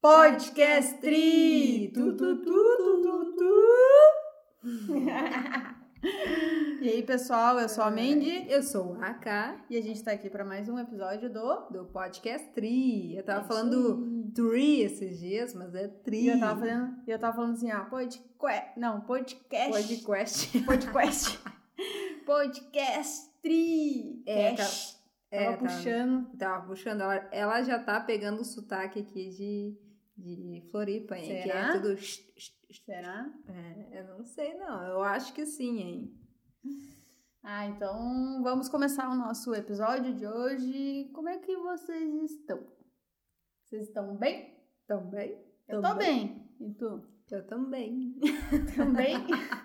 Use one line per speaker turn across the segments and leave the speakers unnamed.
Podcastri! E aí, pessoal, eu sou a Mandy.
Eu sou a Aka.
E a gente tá aqui para mais um episódio
do Podcastri. Eu tava falando Tri esses dias, mas é Tri.
E eu tava falando assim, podcast. Podcastri.
Tava puxando. Ela já tá pegando o sotaque aqui de Floripa, hein?
Será?
Que é tudo...
Será?
Eu não sei, não. Eu acho que sim, hein?
Então vamos começar o nosso episódio de hoje. Como é que vocês estão? Vocês estão bem?
Estão bem?
Eu tô bem. E tu?
Eu também.
Também?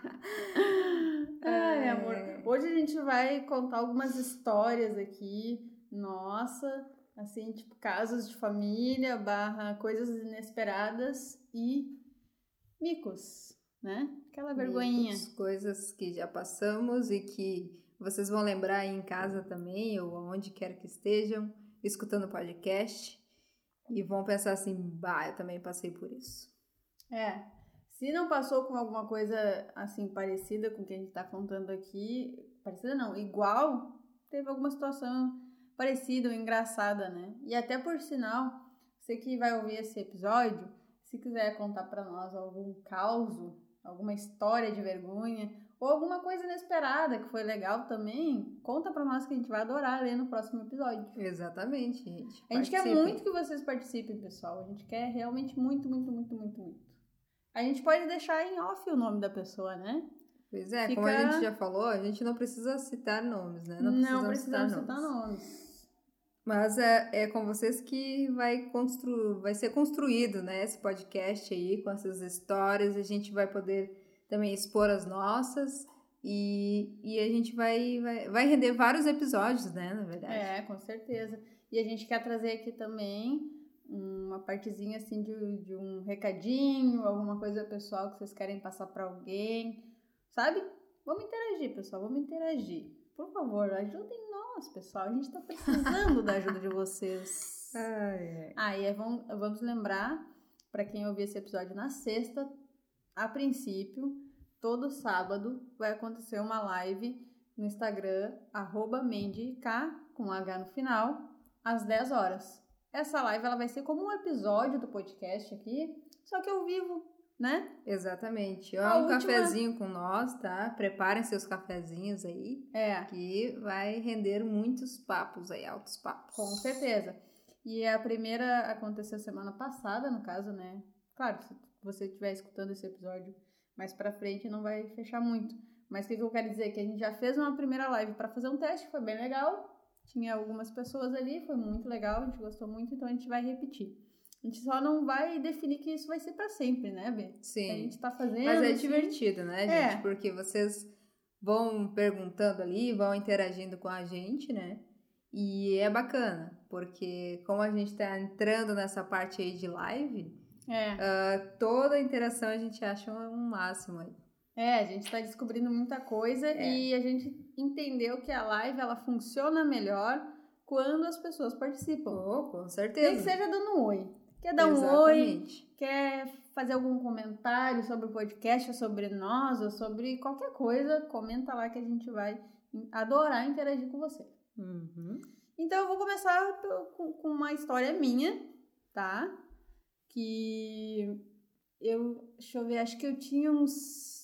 Ai, amor. Hoje a gente vai contar algumas histórias aqui. Nossa, assim, tipo casos de família, / coisas inesperadas e micos, né? Aquela vergonhinha.
Micos, coisas que já passamos e que vocês vão lembrar aí em casa também, ou onde quer que estejam, escutando o podcast. E vão pensar assim, eu também passei por isso.
Se não passou com alguma coisa assim parecida com o que a gente tá contando aqui, parecida não, igual, teve alguma situação parecida ou engraçada, né? E até por sinal, você que vai ouvir esse episódio, se quiser contar pra nós algum causo, alguma história de vergonha, ou alguma coisa inesperada que foi legal também, conta pra nós que a gente vai adorar ler no próximo episódio.
Exatamente, gente.
A gente quer muito que vocês participem, pessoal. A gente quer realmente muito, muito, muito, muito, muito. A gente pode deixar em off o nome da pessoa, né?
Pois é, como a gente já falou, a gente não precisa citar nomes, né?
Não precisamos citar nomes.
Mas é com vocês que vai ser construído, né? Esse podcast aí, com essas histórias. A gente vai poder também expor as nossas e a gente vai render vários episódios, né? Na verdade.
Com certeza. E a gente quer trazer aqui também uma partezinha assim de um recadinho, alguma coisa pessoal que vocês querem passar para alguém, sabe? Vamos interagir, pessoal, vamos interagir. Por favor, ajudem nós, pessoal. A gente tá precisando da ajuda de vocês. Vamos lembrar, para quem ouvir esse episódio na sexta, a princípio, todo sábado vai acontecer uma live no Instagram, @MandyK, com H no final, às 10 horas. Essa live ela vai ser como um episódio do podcast aqui, só que ao vivo, né?
Exatamente. Cafezinho com nós, tá? Preparem seus cafezinhos aí. Que vai render muitos papos aí, altos papos.
Com certeza. E a primeira aconteceu semana passada, no caso, né? Claro, se você estiver escutando esse episódio mais pra frente, não vai fechar muito. Mas o que eu quero dizer? Que a gente já fez uma primeira live pra fazer um teste, foi bem legal. Tinha algumas pessoas ali, foi muito legal, a gente gostou muito, então a gente vai repetir. A gente só não vai definir que isso vai ser pra sempre, né, Bê?
Sim.
A gente tá fazendo...
Mas é divertido, né, gente? Porque vocês vão perguntando ali, vão interagindo com a gente, né? E é bacana, porque como a gente tá entrando nessa parte aí de live, toda a interação a gente acha um máximo aí.
A gente tá descobrindo muita coisa e a gente entendeu que a live, ela funciona melhor quando as pessoas participam.
Com certeza.
Nem que seja dando um oi. Quer dar um oi, quer fazer algum comentário sobre o podcast, ou sobre nós, ou sobre qualquer coisa, comenta lá que a gente vai adorar interagir com você.
Uhum.
Então eu vou começar com uma história minha, tá? Deixa eu ver, acho que eu tinha uns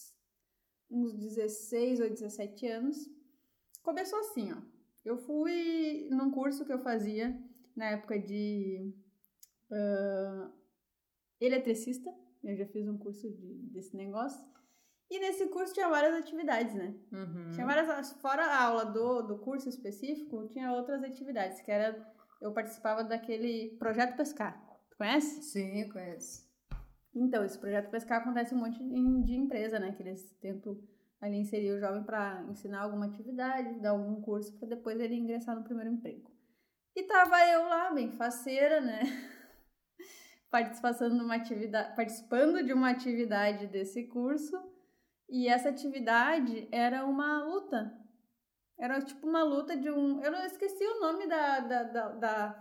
16 ou 17 anos. Começou assim, ó. Eu fui num curso que eu fazia na época de eletricista. Eu já fiz um curso desse negócio. E nesse curso tinha várias atividades, né?
Uhum.
Tinha várias, fora a aula do curso específico, tinha outras atividades, que era, eu participava daquele Projeto Pescar. Tu conhece?
Sim, eu conheço.
Então, esse Projeto Pescar acontece um monte de empresa, né? Que eles tentam ali inserir o jovem para ensinar alguma atividade, dar algum curso para depois ele ingressar no primeiro emprego. E tava eu lá, bem faceira, né? Participando de uma atividade desse curso. E essa atividade era uma luta. Era tipo uma luta de um... Eu não esqueci o nome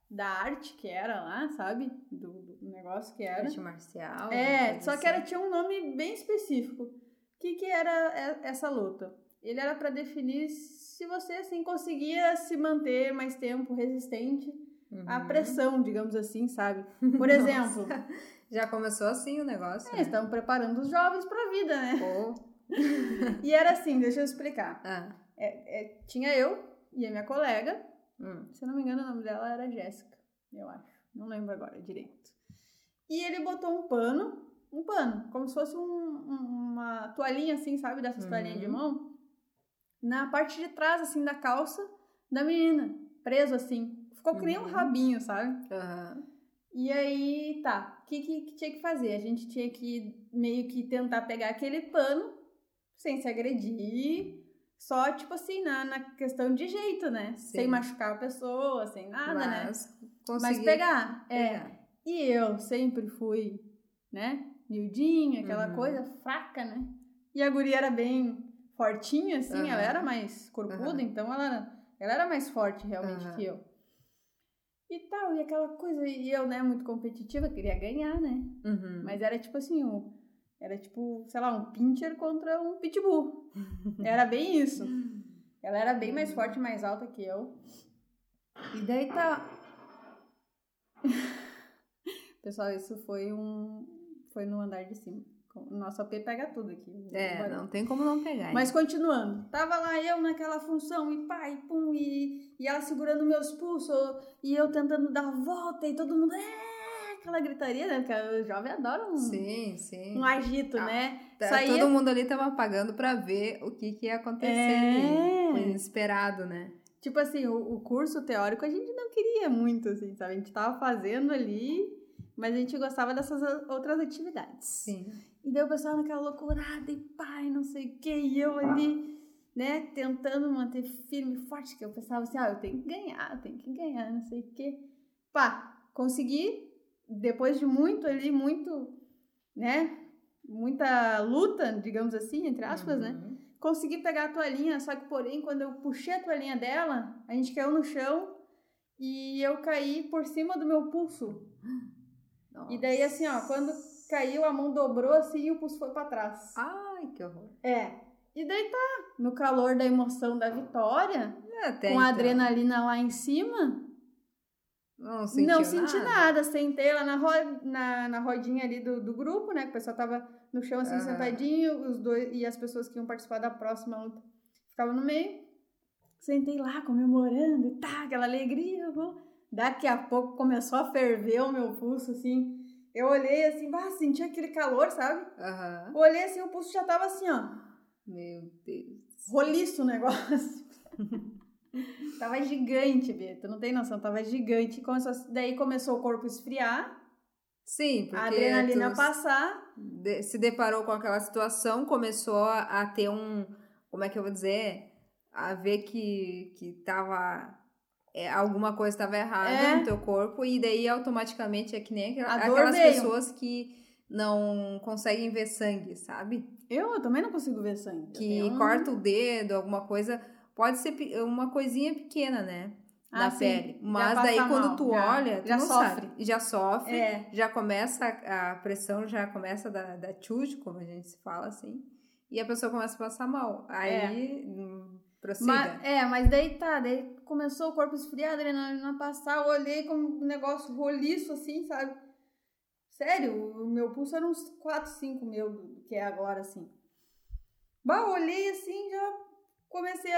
da arte que era lá, sabe? Do negócio que era.
Arte marcial.
Só que tinha um nome bem específico. O que era essa luta? Ele era para definir se você, assim, conseguia se manter mais tempo resistente à pressão, digamos assim, sabe? Por exemplo...
Já começou assim o negócio, né?
Estão preparando os jovens para a vida, né? E era assim, deixa eu explicar. Tinha eu e a minha colega, se eu não me engano o nome dela era Jéssica, eu acho, não lembro agora direito. E ele botou um pano, como se fosse uma toalhinha assim, sabe, dessas toalhinhas de mão, na parte de trás, assim, da calça da menina, preso assim, ficou que nem um rabinho, sabe? E aí, o que tinha que fazer? A gente tinha que meio que tentar pegar aquele pano sem se agredir, só, tipo assim, na questão de jeito, né? Sim. Sem machucar a pessoa, sem nada, Mas pegar. E eu sempre fui, né? Miudinha, aquela coisa fraca, né? E a guria era bem fortinha, assim, ela era mais corpuda, então ela era mais forte realmente que eu. E tal, e aquela coisa, e eu, né, muito competitiva, queria ganhar, né? Mas era tipo assim, sei lá, um pincher contra um pitbull. Era bem isso. Ela era bem mais forte e mais alta que eu. E daí Pessoal, isso foi no andar de cima. O nosso AP pega tudo aqui.
Não tem como não pegar.
Mas continuando. Tava lá eu naquela função e pá, e pum, e ela segurando meus pulsos e eu tentando dar a volta e todo mundo... aquela gritaria, né? Porque os jovens adoram um agito, né?
Todo mundo ali tava pagando pra ver o que ia acontecer ali. Foi inesperado, né?
Tipo assim, o curso teórico a gente não queria muito, assim, sabe? A gente tava fazendo ali, mas a gente gostava dessas outras atividades.
Sim.
E daí o pessoal naquela loucurada e pai, não sei o que, e eu ali, né, tentando manter firme e forte, que eu pensava assim, eu tenho que ganhar, não sei o que. Consegui, depois de muito, né, muita luta, digamos assim, entre aspas, né, consegui pegar a toalhinha, só que porém, quando eu puxei a toalhinha dela, a gente caiu no chão e eu caí por cima do meu pulso. Nossa. E daí, assim, quando caiu, a mão dobrou assim e o pulso foi pra trás.
Ai, que horror.
E daí no calor da emoção da vitória, com a adrenalina lá em cima,
não senti
nada. Sentei lá na rodinha ali do grupo, né, que o pessoal tava no chão assim, sentadinho, os dois, e as pessoas que iam participar da próxima luta ficavam no meio. Sentei lá comemorando e aquela alegria. Daqui a pouco começou a ferver o meu pulso, assim. Eu olhei assim, senti aquele calor, sabe? Olhei assim, o pulso já tava assim,
Meu Deus.
Roliço o negócio. Tava gigante, Bia. Tu não tem noção, tava gigante. Daí começou o corpo a esfriar.
Sim, porque...
a adrenalina passar.
Se deparou com aquela situação, começou a ter como é que eu vou dizer? A ver que tava... alguma coisa estava errada no teu corpo, e daí automaticamente é que nem aquelas pessoas que não conseguem ver sangue, sabe?
Eu também não consigo ver sangue.
Que corta o dedo, alguma coisa, pode ser uma coisinha pequena, né? Na pele. Mas daí quando tu olha, tu não sabe. Já sofre, já começa, a pressão já começa da chute, como a gente se fala assim, e a pessoa começa a passar mal. Aí... prossiga.
Mas daí daí começou o corpo esfriar, a adrenalina passar, eu olhei com um negócio roliço assim, sabe? Sério, o meu pulso era uns 4, 5 do que é agora, assim. Eu olhei assim, já comecei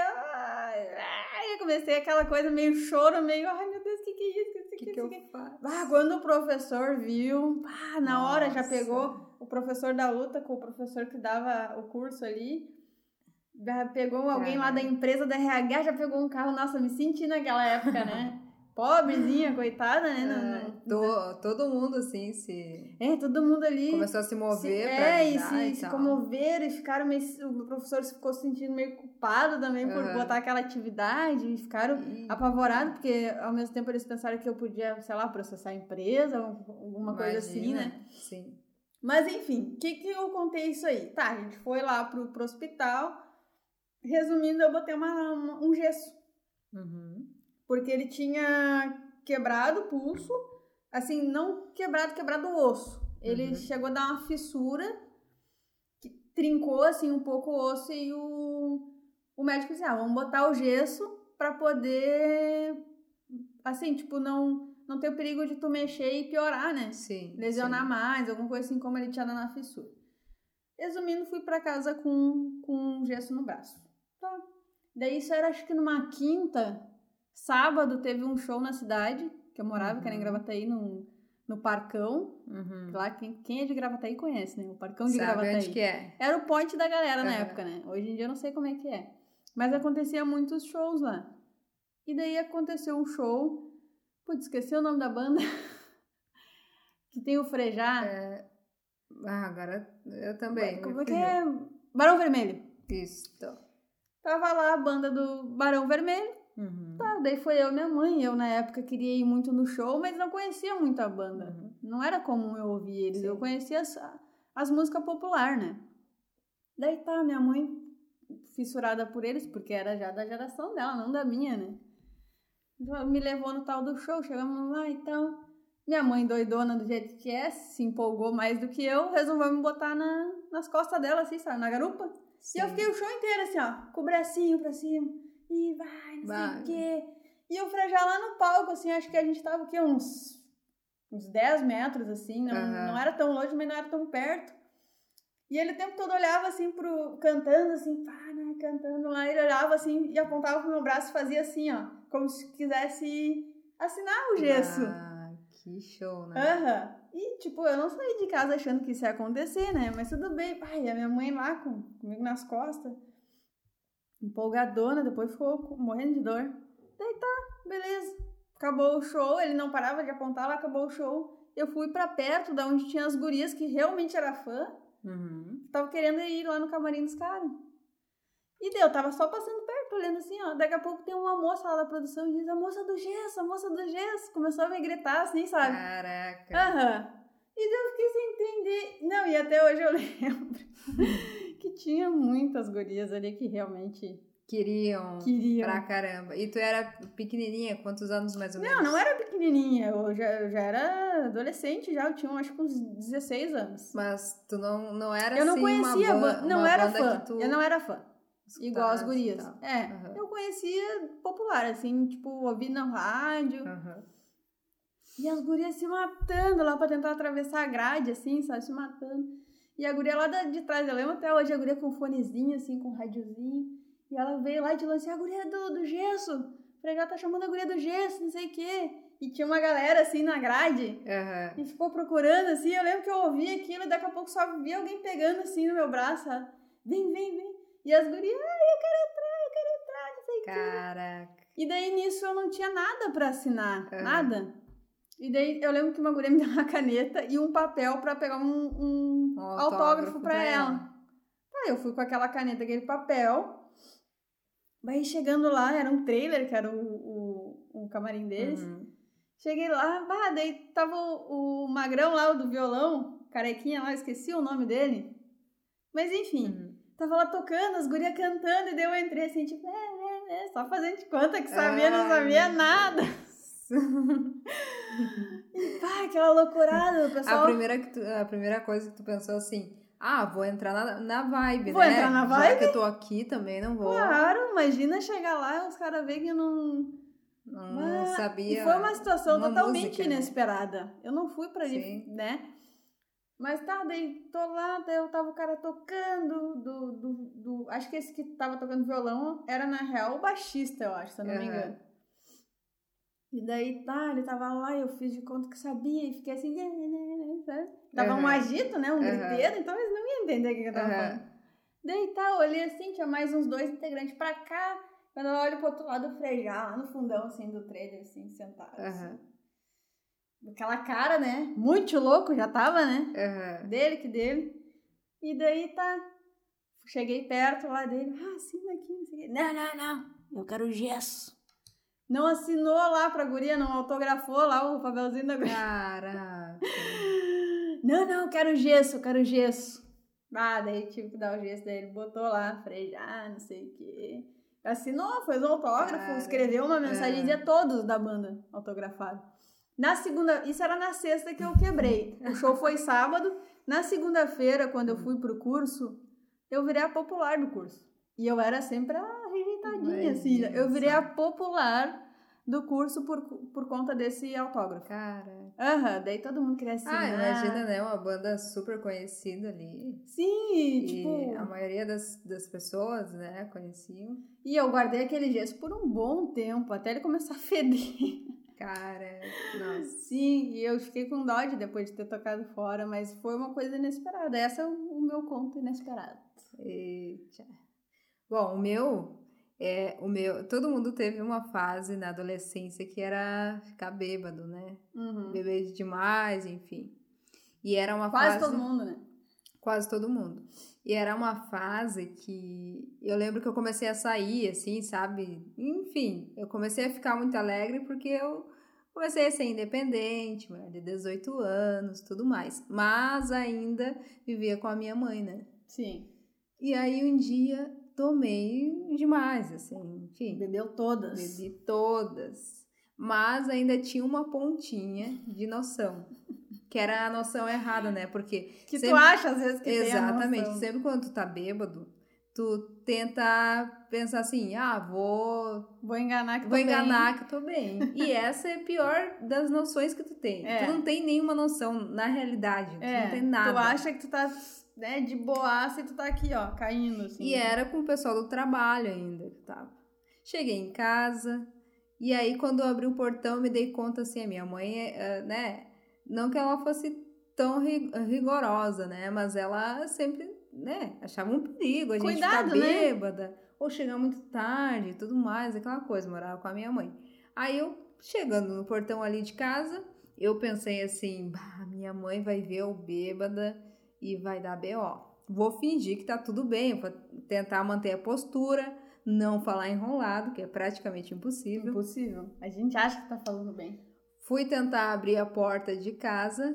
aquela coisa meio choro, meio, ai meu Deus, que é isso?
Que eu faço?
Quando o professor viu, na hora já pegou o professor da luta com o professor que dava o curso ali, já pegou alguém lá da empresa da RH, já pegou um carro. Nossa, me senti naquela época, né? Pobrezinha, coitada, né?
Todo mundo, assim,
todo mundo ali...
começou a se mover pra ajudar e
se comoveram e ficaram meio... O professor ficou se sentindo meio culpado também por botar aquela atividade e ficaram apavorados, porque ao mesmo tempo eles pensaram que eu podia, sei lá, processar a empresa, alguma coisa assim, né?
Sim.
Mas, enfim, o que eu contei isso aí? A gente foi lá pro hospital. Resumindo, eu botei um gesso. Porque ele tinha quebrado o pulso, assim, não quebrado o osso. Ele chegou a dar uma fissura, que trincou, assim, um pouco o osso e o médico disse, vamos botar o gesso pra poder, assim, tipo, não ter o perigo de tu mexer e piorar, né?
Sim.
Lesionar mais, alguma coisa assim, como ele tinha dado na fissura. Resumindo, fui pra casa com gesso no braço. Tá. Daí isso era, acho que numa quinta, sábado teve um show na cidade, que eu morava, que era em Gravataí, no Parcão. Lá, quem é de Gravataí conhece, né? O Parcão de Gravataí.
Sabe onde que é?
Era o point da galera na época, né? Hoje em dia eu não sei como é que é. Mas acontecia muitos shows lá. E daí aconteceu um show... Putz, esqueci o nome da banda. Que tem o Frejá.
Agora eu também.
Como é que é? Barão Vermelho.
Isso.
Tava lá a banda do Barão Vermelho. Tá, daí foi eu e minha mãe. Eu, na época, queria ir muito no show, mas não conhecia muito a banda. Não era comum eu ouvir eles. Sim. Eu conhecia as músicas populares, né? Daí tá, minha mãe fissurada por eles, porque era já da geração dela, não da minha, né? Então, me levou no tal do show, chegamos lá e tal. Minha mãe, doidona do jeito que é, se empolgou mais do que eu, resolveu me botar nas costas dela, assim, sabe? Na garupa. Sim. E eu fiquei o show inteiro, assim, ó, com o bracinho pra cima. E vai, não sei o quê. E eu Frejá lá no palco, assim, acho que a gente tava, o quê? Uns 10 metros, assim. Não era tão longe, mas não era tão perto. E ele o tempo todo olhava, assim, cantando, assim, né, cantando lá. Ele olhava, assim, e apontava pro meu braço e fazia assim, ó. Como se quisesse assinar o gesso.
Que show, né?
E, tipo, eu não saí de casa achando que isso ia acontecer, né? Mas tudo bem. Pai, a minha mãe lá comigo nas costas. Empolgadona, depois ficou morrendo de dor. Daí tá, beleza. Acabou o show, ele não parava de apontar, lá acabou o show. Eu fui pra perto da onde tinha as gurias que realmente era fã. Tava querendo ir lá no camarim dos caras. E daí eu tava só passando perto, olhando assim, ó. Daqui a pouco tem uma moça lá da produção e diz, a moça do gesso. Começou a me gritar assim, sabe?
Caraca.
E daí eu fiquei sem entender. Não, e até hoje eu lembro que tinha muitas gurias ali que realmente
queriam pra caramba. E tu era pequenininha? Quantos anos mais ou menos?
Não era pequenininha. Eu já era adolescente já. Eu tinha, acho que uns 16 anos.
Mas tu não era
eu não
assim
conhecia não era fã.
Que tu...
Eu não era fã. Igual as gurias. Eu conhecia popular, assim, tipo, ouvi na rádio. E as gurias se matando lá pra tentar atravessar a grade, assim, sabe? Se matando. E a guria lá de trás, eu lembro até hoje, a guria com fonezinho, assim, com radiozinho. E ela veio lá de longe, a guria do gesso. O Frejá tá chamando a guria do gesso, não sei o quê. E tinha uma galera, assim, na grade. E ficou procurando, assim. Eu lembro que eu ouvi aquilo e daqui a pouco só vi alguém pegando, assim, no meu braço, sabe? Vem. E as gurias, eu quero entrar, não sei o quê.
Caraca.
E daí, nisso, eu não tinha nada pra assinar, nada. E daí, eu lembro que uma guria me deu uma caneta e um papel pra pegar um autógrafo pra ela. Tá, eu fui com aquela caneta, aquele papel. Aí, chegando lá, era um trailer, que era o camarim deles. Cheguei lá, daí tava o magrão lá, o do violão, carequinha lá, esqueci o nome dele. Mas, enfim... Tava lá tocando, as gurias cantando, e daí eu entrei assim, tipo, só fazendo de conta que sabia, não sabia nada. E aquela loucurada, o pessoal...
A primeira coisa que tu pensou assim, vou entrar na vibe,
vou entrar na vibe?
Já que eu tô aqui também, não vou...
Claro, imagina chegar lá e os caras verem que eu não
sabia.
E foi uma situação totalmente
música,
inesperada.
Né?
Eu não fui pra ali, né? Mas tá, daí tô lá, daí eu tava o cara tocando, acho que esse que tava tocando violão era, na real, o baixista, eu acho, se eu não me engano. E daí tá, ele tava lá, eu fiz de conta que sabia, e fiquei assim, sabe? Tava um agito, né, um griteiro, então eles não iam entender o que eu tava falando. Daí tá, olhei assim, tinha mais uns 2 integrantes pra cá, quando eu olho pro outro lado, o Frejá, lá no fundão, assim, do trailer, assim, sentado, assim. Aquela cara, né? Muito louco, já tava, né? Dele. E daí tá. Cheguei perto lá dele. Assina aqui, não sei o quê. Não. Eu quero gesso. Não assinou lá pra guria, não autografou lá o papelzinho da guria.
Caraca.
Não, quero gesso. Daí tive que dar o gesso. Daí ele botou lá, Frejá, não sei o quê. Assinou, fez o autógrafo, escreveu uma mensagem a todos da banda autografada. Na segunda, isso era na sexta que eu quebrei. O show foi sábado. Na segunda-feira, quando eu fui pro curso, eu virei a popular do curso. E eu era sempre a rejeitadinha, assim. Eu virei a popular do curso por conta desse autógrafo.
Cara.
Daí todo mundo queria assinar.
Imagina, né? Uma banda super conhecida ali.
Sim,
e
tipo...
a maioria das pessoas, né, conheciam.
E eu guardei aquele gesso por um bom tempo, até ele começar a feder.
Cara, nossa.
Sim, e eu fiquei com dó depois de ter tocado fora, mas foi uma coisa inesperada. Esse é o meu conto inesperado.
Eita. Bom, o meu, todo mundo teve uma fase na adolescência que era ficar bêbado, né? Beber demais, enfim. E era uma
fase...
Quase
todo mundo, né?
Quase todo mundo. E era uma fase que eu lembro que eu comecei a sair, assim, sabe? Enfim, eu comecei a ficar muito alegre porque eu comecei a ser independente, mulher de 18 anos, tudo mais. Mas ainda vivia com a minha mãe, né?
Sim.
E aí um dia tomei demais, assim, enfim.
Bebeu todas.
Bebi todas. Mas ainda tinha uma pontinha de noção. Que era a noção errada, né? Porque...
Que sempre... tu acha, às vezes, que
exatamente.
tem a noção.
Sempre quando tu tá bêbado, tu tenta pensar assim,
vou enganar que
eu tô bem. E essa é a pior das noções que tu tem. Tu não tem nenhuma noção, na realidade. Tu não tem nada.
Tu acha que tu tá, né, de boaça e tu tá aqui, ó, caindo, assim.
E era com o pessoal do trabalho ainda que tava. Cheguei em casa, e aí quando eu abri o portão, eu me dei conta, assim, a minha mãe, né... Não que ela fosse tão rigorosa, né? Mas ela sempre, né? Achava um perigo a gente ficar bêbada. Né? Ou chegar muito tarde e tudo mais. Aquela coisa, morava com a minha mãe. Aí eu, chegando no portão ali de casa, eu pensei assim... minha mãe vai ver eu bêbada e vai dar B.O. Vou fingir que tá tudo bem. Vou tentar manter a postura. Não falar enrolado, que é praticamente impossível.
Impossível. A gente acha que tá falando bem.
Fui tentar abrir a porta de casa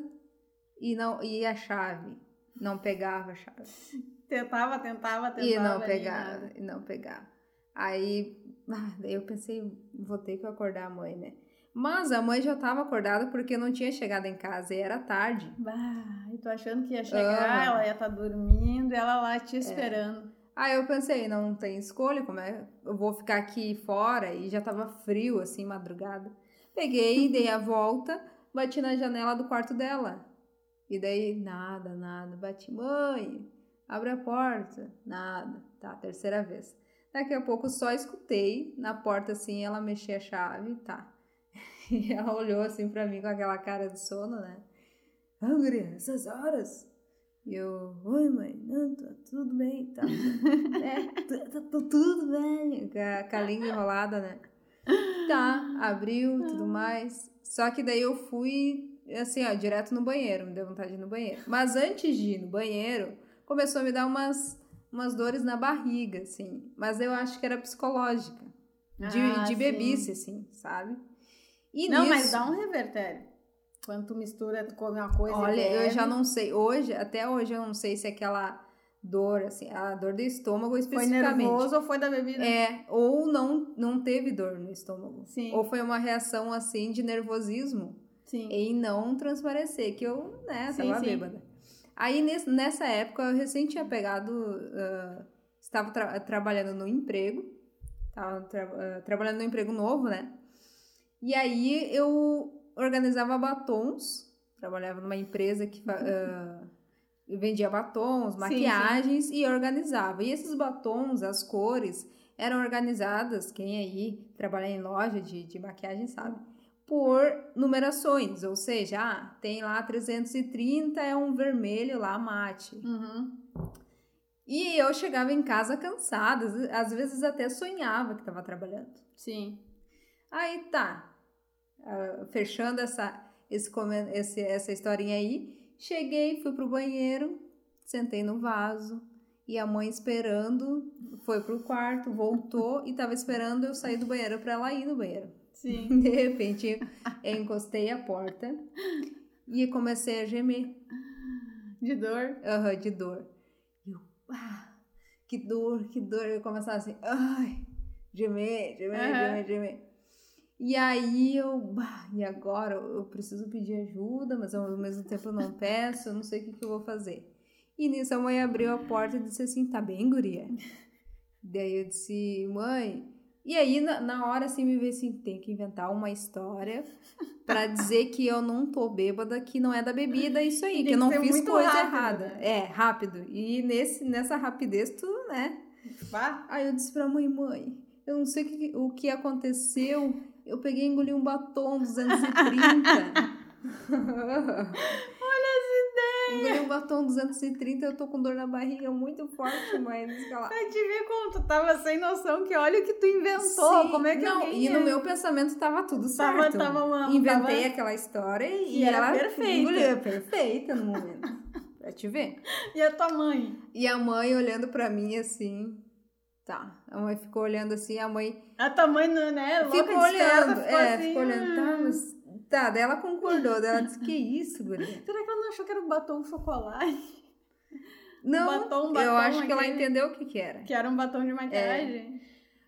e a chave. Não pegava a chave.
Tentava.
E não pegava. Aí daí eu pensei, vou ter que acordar a mãe, né? Mas a mãe já estava acordada porque não tinha chegado em casa e era tarde.
E tô achando que ia chegar, ela ia estar dormindo, ela lá te esperando.
Aí eu pensei, não tem escolha, como é? Eu vou ficar aqui fora e já tava frio, assim, madrugada. Peguei, dei a volta, bati na janela do quarto dela. E daí, nada. Bati, mãe, abre a porta. Nada. Tá, terceira vez. Daqui a pouco só escutei na porta, assim, ela mexer a chave, tá. E ela olhou, assim, pra mim com aquela cara de sono, né. Guria, essas horas? E eu, oi, mãe, não, tá tudo bem, tá. Tá tudo bem. Com a língua enrolada, né. Tá, abriu, tudo mais. Só que daí eu fui, assim, ó, direto no banheiro. Me deu vontade de ir no banheiro. Mas antes de ir no banheiro, começou a me dar umas dores na barriga, assim. Mas eu acho que era psicológica. De bebice, assim, sabe? E
não, mas dá um revertério. Quando tu mistura, tu come uma coisa
e bebe. Eu já não sei. Até hoje eu não sei se aquela... dor, assim, a dor do estômago especificamente.
Foi nervoso ou foi da bebida?
Ou não teve dor no estômago.
Sim.
Ou foi uma reação, assim, de nervosismo.
Sim.
Em não transparecer, que eu, né, tava bêbada. Aí, nessa época, eu recém tinha pegado... estava trabalhando no emprego. Estava trabalhando no emprego novo, né? E aí, eu organizava batons. Trabalhava numa empresa que... eu vendia batons, maquiagens e organizava. E esses batons, as cores, eram organizadas, quem aí trabalha em loja de maquiagem sabe, por numerações. Ou seja, tem lá 330, é um vermelho lá mate. E eu chegava em casa cansada, às vezes até sonhava que estava trabalhando.
Sim.
Aí tá, fechando essa historinha aí, cheguei, fui pro banheiro, sentei no vaso e a mãe esperando, foi pro quarto, voltou e tava esperando eu sair do banheiro pra ela ir no banheiro.
Sim.
De repente, eu encostei a porta e comecei a gemer.
De dor?
De dor. E eu, que dor. Eu começava assim, ai, gemer. E aí e agora eu preciso pedir ajuda, mas ao mesmo tempo eu não peço, eu não sei o que eu vou fazer. E nisso a mãe abriu a porta e disse assim, tá bem, guria? Daí eu disse, mãe... E aí na hora assim me veio assim, tem que inventar uma história pra dizer que eu não tô bêbada, que não é da bebida, isso aí, que eu não fiz coisa rápido, errada. Né? É, rápido. E nessa rapidez tu, né? Aí eu disse pra mãe, eu não sei o que aconteceu... Eu peguei e engoli um batom 230.
Olha as ideias!
Engoli um batom 230, eu tô com dor na barriga muito forte, mãe.
Pra te ver como tu tava sem noção, que olha o que tu inventou. Sim, como é que
E no meu pensamento tava tudo certo. Inventei aquela história e ela engoliu. Perfeita no momento. Pra te ver.
E a tua mãe?
E a mãe olhando pra mim assim... Tá, a mãe ficou olhando assim, a mãe...
A tua mãe, né?
Ficou olhando, ficou olhando, tá, mas... Tá, daí ela concordou, daí ela disse, que isso, guria?
Será que ela não achou que era um batom de chocolate?
Não, batom, eu acho que ela entendeu o que era.
Que era um batom de maquiagem?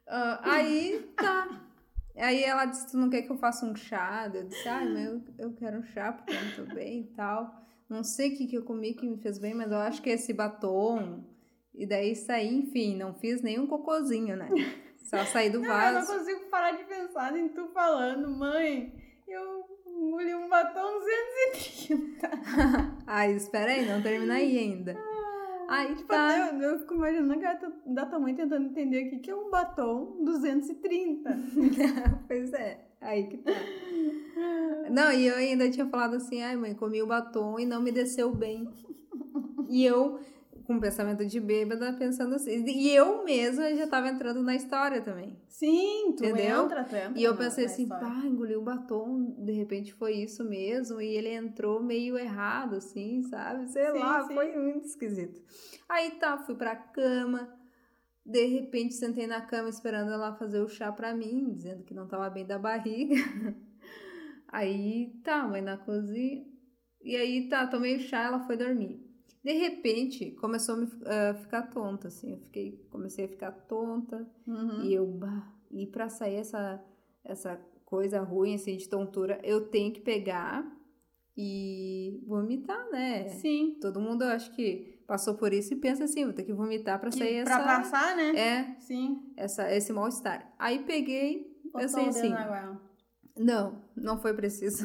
Aí, tá. Aí ela disse, tu não quer que eu faça um chá? Eu disse, mas eu quero um chá porque eu não tô bem e tal. Não sei o que eu comi que me fez bem, mas eu acho que é esse batom... E daí saí, enfim, não fiz nenhum cocôzinho, né? Só saí do vaso.
Eu não consigo parar de pensar em tu falando, mãe, eu engoli um batom 230.
Espera aí, não termina aí ainda. Aí
tipo, tá. Eu fico imaginando que da tua mãe tentando entender o que é um batom 230.
Pois é, aí que tá. Não, e eu ainda tinha falado assim, mãe, comi o batom e não me desceu bem. E eu... com pensamento de bêbada, pensando assim. E eu mesma já tava entrando na história também.
Sim, tu
entendeu?
entra.
E eu pensei assim, engoli o batom, de repente foi isso mesmo, e ele entrou meio errado, assim, sabe? Sei lá, foi muito esquisito. Aí tá, fui pra cama, de repente sentei na cama esperando ela fazer o chá pra mim, dizendo que não tava bem da barriga. Aí tá, mãe na cozinha, e aí tá, tomei o chá, ela foi dormir. De repente, começou a ficar tonta, assim. Comecei a ficar tonta. E pra sair essa coisa ruim, assim, de tontura, eu tenho que pegar e vomitar, né?
Sim.
Todo mundo, eu acho que passou por isso e pensa assim, vou ter que vomitar pra sair
pra passar, né?
Sim. Esse mal-estar. Aí peguei, pensei assim... Não foi preciso.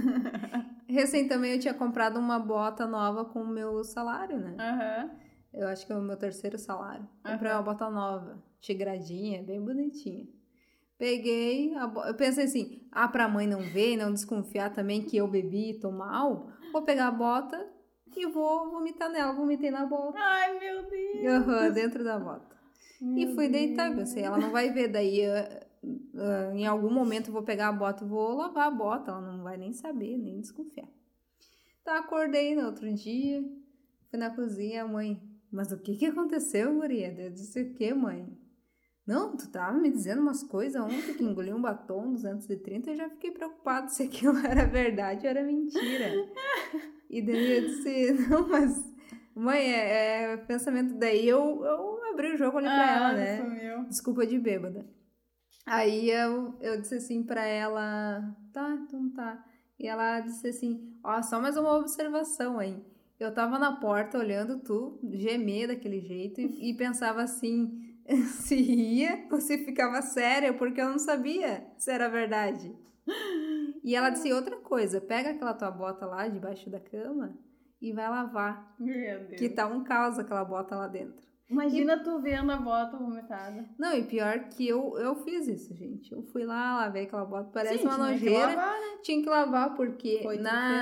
Recém também eu tinha comprado uma bota nova com o meu salário, né? Eu acho que é o meu 3º salário. Comprei uma bota nova, tigradinha, bem bonitinha. Peguei, eu pensei assim, pra mãe não ver, não desconfiar também que eu bebi e tô mal, vou pegar a bota e vou vomitar nela. Vomitei na bota.
Ai, meu Deus!
Dentro da bota. E fui deitar, pensei, ela não vai ver, daí... em algum momento eu vou pegar a bota e vou lavar a bota, ela não vai nem saber, nem desconfiar. Tá, acordei no outro dia, fui na cozinha, a mãe, mas o que aconteceu, guria? Eu disse, o que, mãe? Não, tu tava me dizendo umas coisas ontem que engoli um batom 230, eu já fiquei preocupada se aquilo era verdade ou era mentira. E daí eu disse, não, mas mãe, é pensamento. Daí eu abri o jogo ali pra ela, né?
Sumiu.
Desculpa de bêbada. Aí eu disse assim pra ela, tá, então tá. E ela disse assim, só mais uma observação aí. Eu tava na porta olhando tu gemer daquele jeito e pensava assim, se ria ou se ficava séria, porque eu não sabia se era verdade. E ela disse outra coisa, pega aquela tua bota lá debaixo da cama e vai lavar.
Meu Deus.
Que tá um caos aquela bota lá dentro.
Imagina tu vendo a bota vomitada.
Não, e pior que eu fiz isso, gente. Eu fui lá, lavei aquela bota, parece uma nojeira.
Tinha que lavar, né?
Tinha que lavar, porque
Foi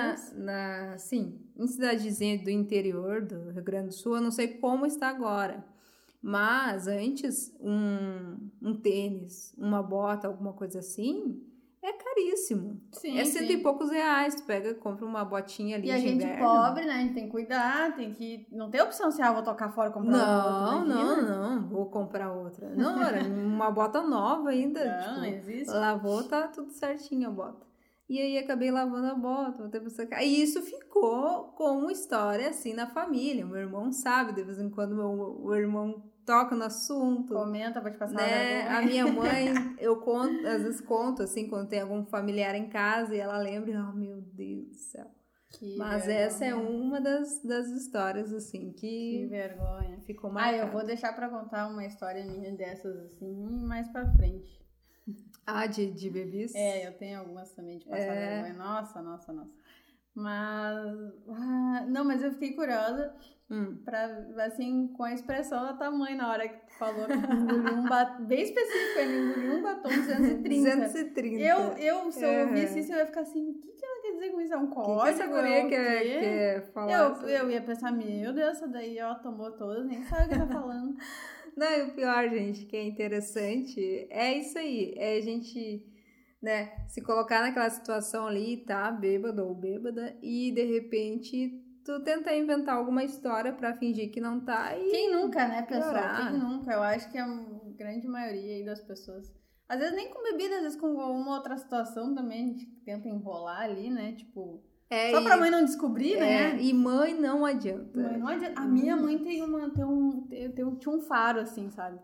em cidadezinha do interior do Rio Grande do Sul, eu não sei como está agora. Mas antes, um tênis, uma bota, alguma coisa assim, é caríssimo.
Sim,
é 100 e poucos reais. Tu pega, compra uma botinha ali
de inverno. E a gente pobre, né? A gente tem que cuidar, tem que... Não tem opção se vou tocar fora e comprar outra.
Não, vou comprar outra. Não, era uma bota nova ainda.
Não, existe.
Lavou, tá tudo certinho a bota. E aí acabei lavando a bota, voltei pra secar. E isso ficou como história, assim, na família. O meu irmão sabe, de vez em quando o irmão toca no assunto.
Comenta pra te passar
né?
vergonha.
A minha mãe, eu conto, às vezes conto, assim, quando tem algum familiar em casa e ela lembra, oh, meu Deus do céu. Mas vergonha. Essa é uma das histórias, assim,
que vergonha.
Ficou marcada.
Eu vou deixar pra contar uma história minha dessas, assim, mais pra frente.
De bebês?
Eu tenho algumas também de passar vergonha. Nossa. Mas... não, mas eu fiquei curiosa pra, assim, com a expressão da tua mãe na hora que tu falou que engoliu um batom... Bem específico, ele engoliu um batom 230.
230.
Se eu ouvisse isso, eu ia ficar assim, o que ela quer dizer com isso? É um código?
Que essa guria quer falar?
Eu ia pensar, meu Deus, essa daí, ó, tomou todas, nem sabe o que tá falando.
Não, e o pior, gente, que é interessante, é isso aí, é a gente, né, se colocar naquela situação ali, tá, bêbado ou bêbada, e de repente tu tentar inventar alguma história pra fingir que não tá e...
Quem nunca, né, pessoal? Quem nunca? Eu acho que a grande maioria aí das pessoas, às vezes nem com bebida, às vezes com alguma outra situação também, a gente tenta enrolar ali, né, tipo... Só pra mãe não descobrir, né?
E mãe não adianta.
Mãe não adianta. A minha mãe tinha um faro, assim, sabe?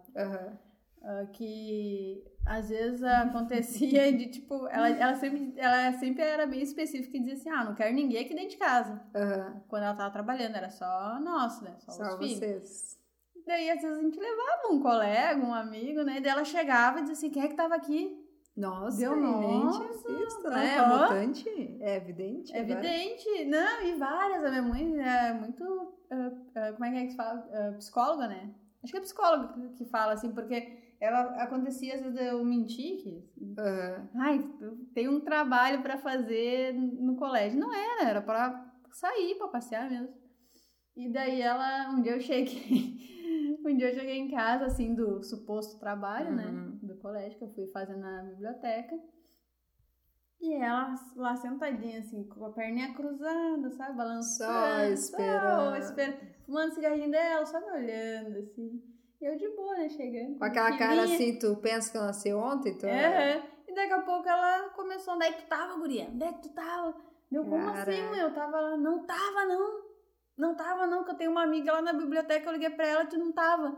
Que às vezes acontecia de, tipo, ela sempre era bem específica e dizia assim, não quero ninguém aqui dentro de casa. Quando ela tava trabalhando, era só nosso, né? Só os filhos.
Vocês.
Daí, às vezes, a gente levava um colega, um amigo, né? E daí ela chegava e dizia assim, quem é que tava aqui?
Nossa,
nossa,
né? É mutante, é evidente.
É evidente. Não, e várias. A minha mãe é muito, como é que se fala? Psicóloga, né? Acho que é psicóloga que fala, assim, porque ela acontecia, às vezes, eu mentir que... tem um trabalho pra fazer no colégio. Não era pra sair, pra passear mesmo. E daí um dia eu cheguei em casa, assim, do suposto trabalho, né, do colégio, que eu fui fazer na biblioteca. E ela lá sentadinha, assim, com a perninha cruzada, sabe, balançando.
Só esperando.
Fumando cigarrinho dela, só me olhando, assim. E eu de boa, né, chegando.
Com aquela cara assim, tu pensa que eu nasci ontem?
E daqui a pouco ela começou, onde é que tu tava, guria? Onde é que tu tava? Deu, como assim, mãe? Eu tava lá. Não tava, não. Não tava, não, que eu tenho uma amiga lá na biblioteca, eu liguei pra ela e tu não tava.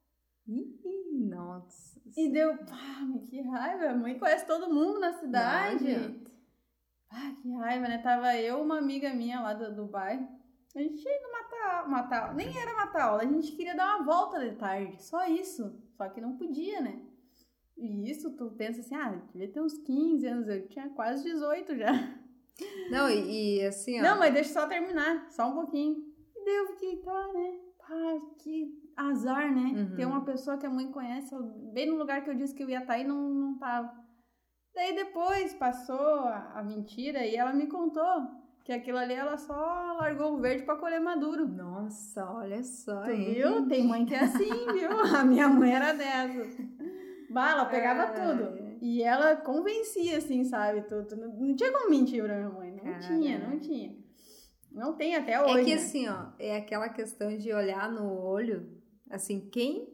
Nossa.
E deu, que raiva, a mãe conhece todo mundo na cidade. Que raiva, né? Tava eu, uma amiga minha lá do bairro, a gente ia indo matar, nem era matar aula, a gente queria dar uma volta de tarde, só isso, só que não podia, né? E isso, tu pensa assim, devia ter uns 15 anos, eu tinha quase 18 já.
Não, e assim, ó...
Não, mas deixa eu só terminar, só um pouquinho. E daí eu fiquei, né? Que azar, né? Ter uma pessoa que a mãe conhece, bem no lugar que eu disse que eu ia estar e não tava. Daí depois passou a mentira e ela me contou que aquilo ali ela só largou o verde pra colher maduro.
Nossa, olha só,
tu viu? Tem mãe que é assim, viu? A minha mãe era dessa. Ela pegava tudo. E ela convencia, assim, sabe? Tudo. Não tinha como mentir pra minha mãe. Não tinha. Não tem até hoje.
É que assim, ó, é aquela questão de olhar no olho. Assim, quem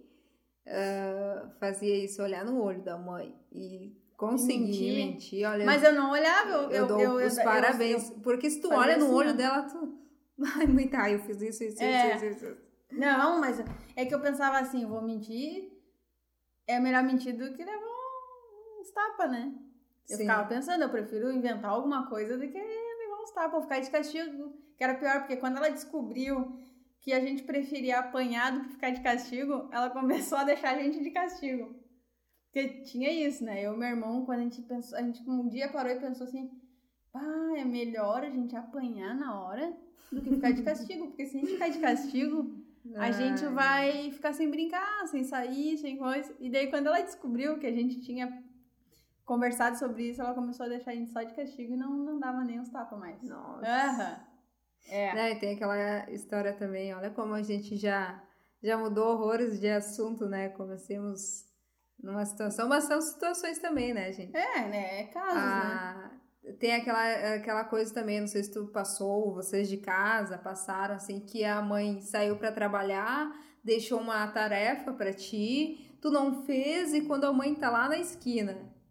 fazia isso, olhar no olho da mãe e conseguir mentir, olha...
Mas eu não olhava.
Eu dou os parabéns. Porque se tu olha no olho dela, tu... Ai, mãe, eu fiz isso.
Não, mas é que eu pensava assim, vou mentir, é melhor mentir do que levar uns tapas, né? Eu ficava pensando, eu prefiro inventar alguma coisa do que levar uns tapas, ou ficar de castigo, que era pior, porque quando ela descobriu que a gente preferia apanhar do que ficar de castigo, ela começou a deixar a gente de castigo. Porque tinha isso, né? Eu e meu irmão, quando a gente um dia parou e pensou assim, é melhor a gente apanhar na hora do que ficar de castigo, porque se a gente ficar de castigo, a gente vai ficar sem brincar, sem sair, sem coisa. E daí, quando ela descobriu que a gente tinha conversado sobre isso, ela começou a deixar a gente só de castigo e não dava nem uns tapas mais.
Nossa. Né? E tem aquela história também, olha como a gente já mudou horrores de assunto, né? Comecemos numa situação, mas são situações também, né, gente?
Né? É casos, né?
Tem aquela coisa também, não sei se tu passou, vocês de casa passaram, assim, que a mãe saiu pra trabalhar, deixou uma tarefa pra ti, tu não fez, e quando a mãe tá lá na esquina,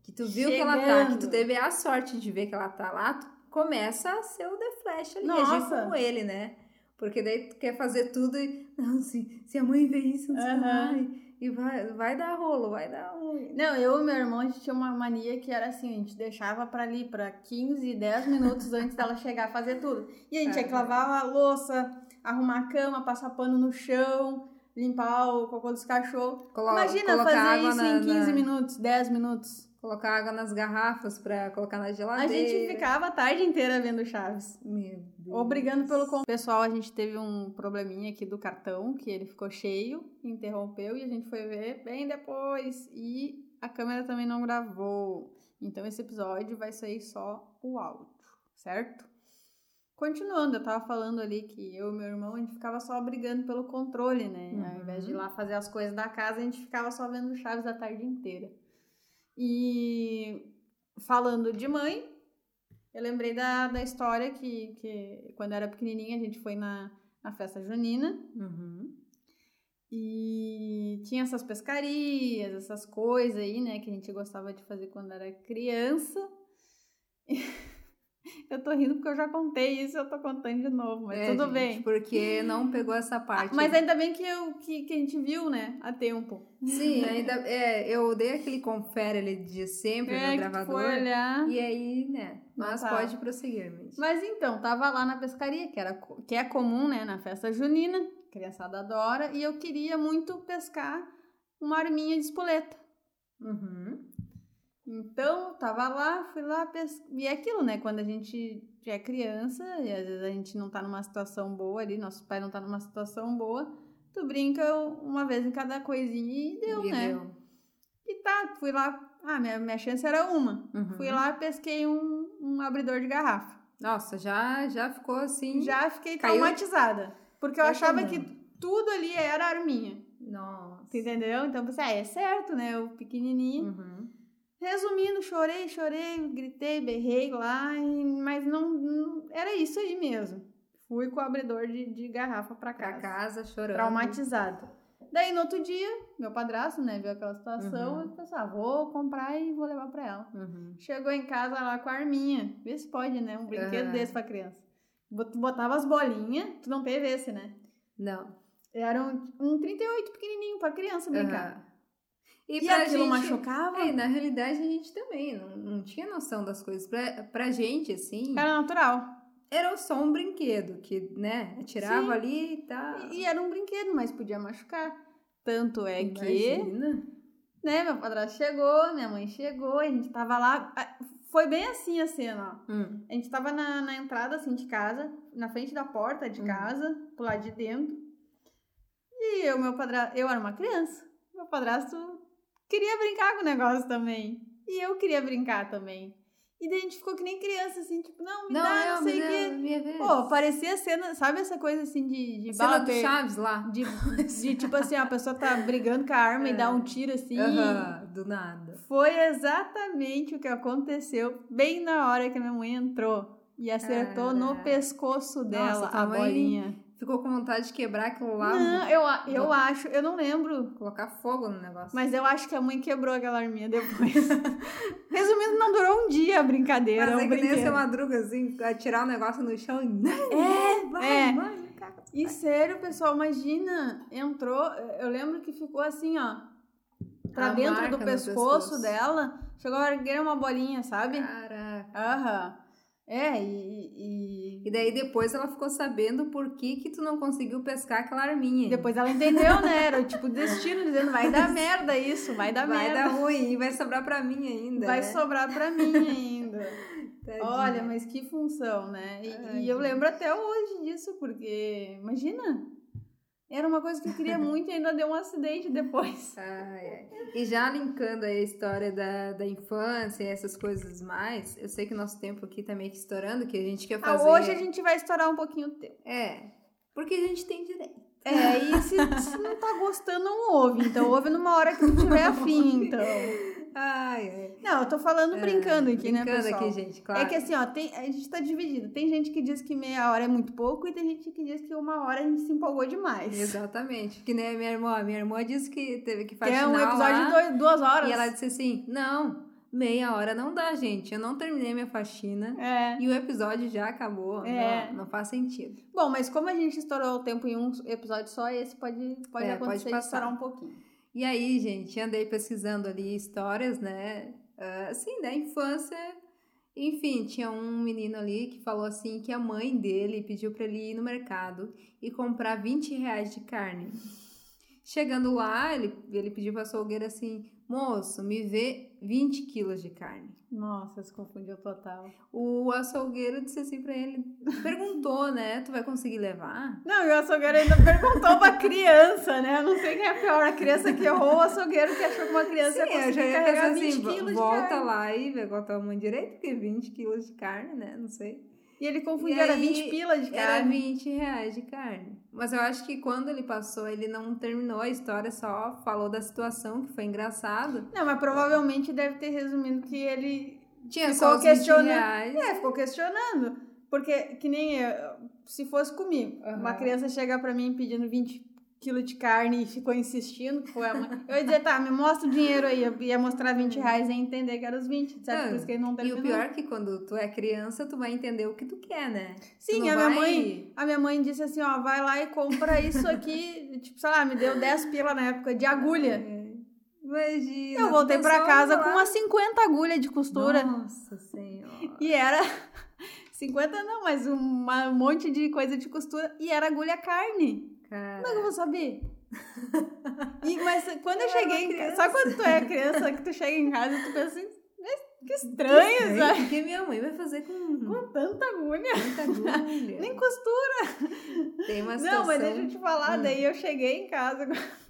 que tu viu que ela tá, que tu teve a sorte de ver que ela tá lá, tu começa a ser o The Flash ali, agir como ele, né? Porque daí tu quer fazer tudo e... Não, se a mãe vê isso, não sei lá, e vai dar rolo, vai dar ruim.
Não, eu e meu irmão, a gente tinha uma mania que era assim, a gente deixava pra ali, pra 15, 10 minutos antes dela chegar a fazer tudo. E a gente tinha que lavar a louça, arrumar a cama, passar pano no chão, limpar o cocô dos cachorros. Imagina fazer isso em 15 minutos, 10 minutos.
Colocar água nas garrafas pra colocar na geladeira.
A gente ficava a tarde inteira vendo Chaves.
Meu Deus.
Ou brigando pelo... Pessoal, a gente teve um probleminha aqui do cartão, que ele ficou cheio, interrompeu, e a gente foi ver bem depois. E a câmera também não gravou. Então esse episódio vai sair só o áudio, certo? Continuando, eu tava falando ali que eu e meu irmão, a gente ficava só brigando pelo controle, né? Ao invés de ir lá fazer as coisas da casa, a gente ficava só vendo Chaves a tarde inteira. E falando de mãe, eu lembrei da história que quando eu era pequenininha, a gente foi na festa junina. E tinha essas pescarias, essas coisas aí, né, que a gente gostava de fazer quando era criança. Eu tô rindo porque eu já contei isso, eu tô contando de novo, mas tudo
gente,
bem.
Porque não pegou essa parte.
Mas ainda bem que a gente viu, né, a tempo.
Sim, ainda eu dei aquele confere ali de sempre no gravador.
Que foi olhar.
E aí, né, mas pode prosseguir.
Mas então, tava lá na pescaria, que é comum, né, na festa junina, a criançada adora, e eu queria muito pescar uma arminha de espoleta. Então, tava lá, fui lá pescar. E é aquilo, né? Quando a gente é criança e às vezes a gente não tá numa situação boa ali, nosso pai não tá numa situação boa, tu brinca uma vez em cada coisinha e deu, né? E tá, fui lá, minha chance era uma. Fui lá, pesquei um abridor de garrafa.
Nossa, já ficou assim...
Já fiquei traumatizada. Porque eu achava que tudo ali era arminha.
Nossa.
Entendeu? Então, eu pensei, é certo, né? O pequenininho... Resumindo, chorei, gritei, berrei lá, mas não era isso aí mesmo. Fui com o abridor de garrafa pra casa
chorando.
Traumatizado. Daí, no outro dia, meu padrasto, né, viu aquela situação, e pensou, vou comprar e vou levar pra ela. Chegou em casa lá com a arminha. Vê se pode, né, um brinquedo desse pra criança. Botava as bolinhas, tu não teve esse, né?
Não.
Era um 38 pequenininho pra criança brincar.
E
aquilo machucava?
Na realidade, a gente também não tinha noção das coisas. Pra gente, assim...
Era natural.
Era só um brinquedo que, né, atirava ali e tal.
E era um brinquedo, mas podia machucar. Tanto é que... Né, meu padrasto chegou, minha mãe chegou, a gente tava lá... Foi bem assim a cena, ó. A gente tava na entrada, assim, de casa, na frente da porta de casa, pro lado de dentro. E eu era uma criança. Meu padrasto... queria brincar com o negócio também. E eu queria brincar também. E daí a gente ficou que nem criança, assim, tipo, não sei o quê. Pô, parecia cena, sabe essa coisa assim de
bala do Chaves lá?
De tipo assim, a pessoa tá brigando com a arma e dá um tiro assim.
Do nada.
Foi exatamente o que aconteceu bem na hora que a minha mãe entrou. E acertou no pescoço dela. Nossa, a bolinha.
Ficou com vontade de quebrar aquilo lá?
Não, eu acho, eu não lembro.
Colocar fogo no negócio.
Mas eu acho que a mãe quebrou aquela arminha depois. Resumindo, não durou um dia a brincadeira.
Mas é que nem essa madruga, assim, atirar o negócio no chão e...
Vai. E sério, pessoal, imagina, entrou, eu lembro que ficou assim, ó, pra dentro do pescoço dela, chegou a erguer uma bolinha, sabe?
Caraca.
E
daí depois ela ficou sabendo por que tu não conseguiu pescar aquela arminha.
Depois ela entendeu, né? Era tipo destino, dizendo, vai dar merda isso, vai dar merda.
Vai dar ruim, e vai sobrar pra mim ainda.
Vai sobrar pra mim ainda. Olha, mas que função, né? E eu lembro até hoje disso, porque, imagina... Era uma coisa que eu queria muito e ainda deu um acidente depois.
E já linkando aí a história da infância e essas coisas mais, eu sei que o nosso tempo aqui tá meio que estourando, que a gente quer fazer...
Hoje a gente vai estourar um pouquinho o tempo.
Porque a gente tem direito.
E se não tá gostando, não ouve. Então ouve numa hora que tu tiver afim, então... Não, eu tô falando brincando aqui, né, pessoal?
Brincando aqui, gente, claro.
É que assim, ó, a gente tá dividido. Tem gente que diz que meia hora é muito pouco e tem gente que diz que uma hora a gente se empolgou demais.
Exatamente. Que nem a minha irmã. Minha irmã disse que teve que faxinar
um episódio de 2 horas.
E ela disse assim, não, meia hora não dá, gente. Eu não terminei minha faxina e o episódio já acabou. Não faz sentido.
Bom, mas como a gente estourou o tempo em um episódio só, esse pode acontecer de estourar um pouquinho.
E aí, gente, andei pesquisando ali histórias, né? Assim, da infância. Enfim, tinha um menino ali que falou assim que a mãe dele pediu pra ele ir no mercado e comprar R$20 de carne. Chegando lá, ele pediu pra açougueira assim, moço, me vê 20 quilos de carne.
Nossa, se confundiu total.
O açougueiro disse assim pra ele, perguntou, né, tu vai conseguir levar?
Não, e o açougueiro ainda perguntou pra criança, né, eu não sei quem é pior, a criança que errou ou o açougueiro que achou que uma criança ia conseguir carregar 20 quilos de carne.
Volta lá e vê qual a tua mãe direito, porque 20 quilos de carne, né, não sei.
E ele confundiu, era 20 pila de carne.
Era R$20 de carne. Mas eu acho que quando ele passou, ele não terminou a história, só falou da situação, que foi engraçado.
Não, mas provavelmente deve ter resumido que ele
tinha só os R$20.
Ficou questionando. Porque, que nem eu, se fosse comigo, uma criança chegar pra mim pedindo 20 quilos de carne e ficou insistindo, que foi a mãe. Eu ia dizer, tá, me mostra o dinheiro aí. Eu ia mostrar R$20 e entender que era os 20, certo? Por isso que ele não terminou.
E o pior é que quando tu é criança, tu vai entender o que tu quer, né?
Sim, a minha mãe disse assim, ó, vai lá e compra isso aqui, tipo, sei lá, me deu 10 pila na época de agulha.
Imagina.
Eu voltei pra casa com umas 50 agulhas de costura.
Nossa Senhora.
E era... 50 não, mas um monte de coisa de costura. E era agulha carne. Como é que eu vou saber? Mas quando eu cheguei em casa... Sabe quando tu é criança, que tu chega em casa e tu pensa assim... Que estranho, sabe?
O que minha mãe vai fazer com
tanta agulha?
Tanta agulha.
Nem costura.
Tem uma situação...
Não, mas deixa eu te falar. Daí eu cheguei em casa...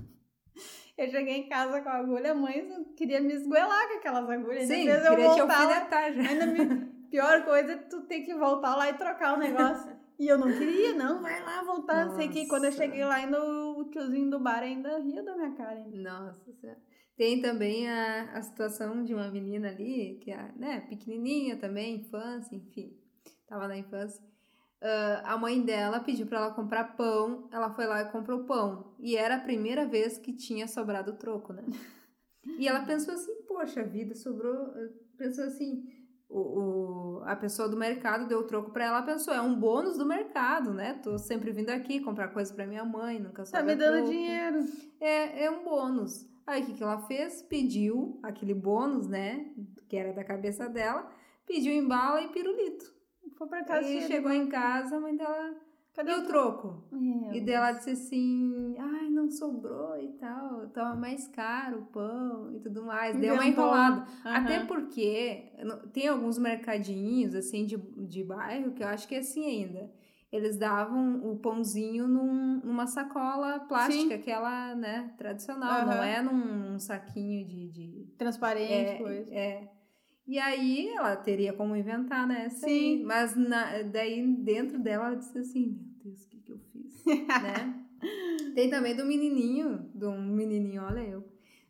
Eu cheguei em casa com a agulha, a mãe queria me esgoelar com aquelas agulhas.
Sim, queria te alfinetar já.
Pior coisa é tu ter que voltar lá e trocar o negócio. E eu não queria, não, vai lá voltar, não sei o que. Quando eu cheguei lá, ainda o tiozinho do bar ainda ria da minha cara. Ainda.
Nossa Senhora. Tem também a situação de uma menina ali, que é, né, pequenininha também, infância, enfim, tava na infância. A mãe dela pediu pra ela comprar pão, ela foi lá e comprou pão. E era a primeira vez que tinha sobrado troco, né? E ela pensou assim, poxa vida, sobrou... Pensou assim... A pessoa do mercado deu o troco pra ela, pensou, é um bônus do mercado, né? Tô sempre vindo aqui comprar coisa pra minha mãe, nunca sobra
troco. Tá me dando
troco.
dinheiro.
É um bônus. Aí o que ela fez? Pediu aquele bônus, né? Que era da cabeça dela, pediu em bala e pirulito.
Foi pra casa.
E chegou em casa, a mãe dela... Cadê o troco? E dela disse assim, ai, não sobrou e tal, tava mais caro o pão e tudo mais. Deu uma enrolada. Até porque tem alguns mercadinhos, assim, de bairro, que eu acho que é assim ainda. Eles davam o pãozinho numa sacola plástica, aquela, né, tradicional. Não é num saquinho de...
Transparente, coisa.
E aí, ela teria como inventar, né? Sim. Mas daí, dentro dela, ela disse assim, meu Deus, o que eu fiz? Né? Tem também de um menininho, olha eu,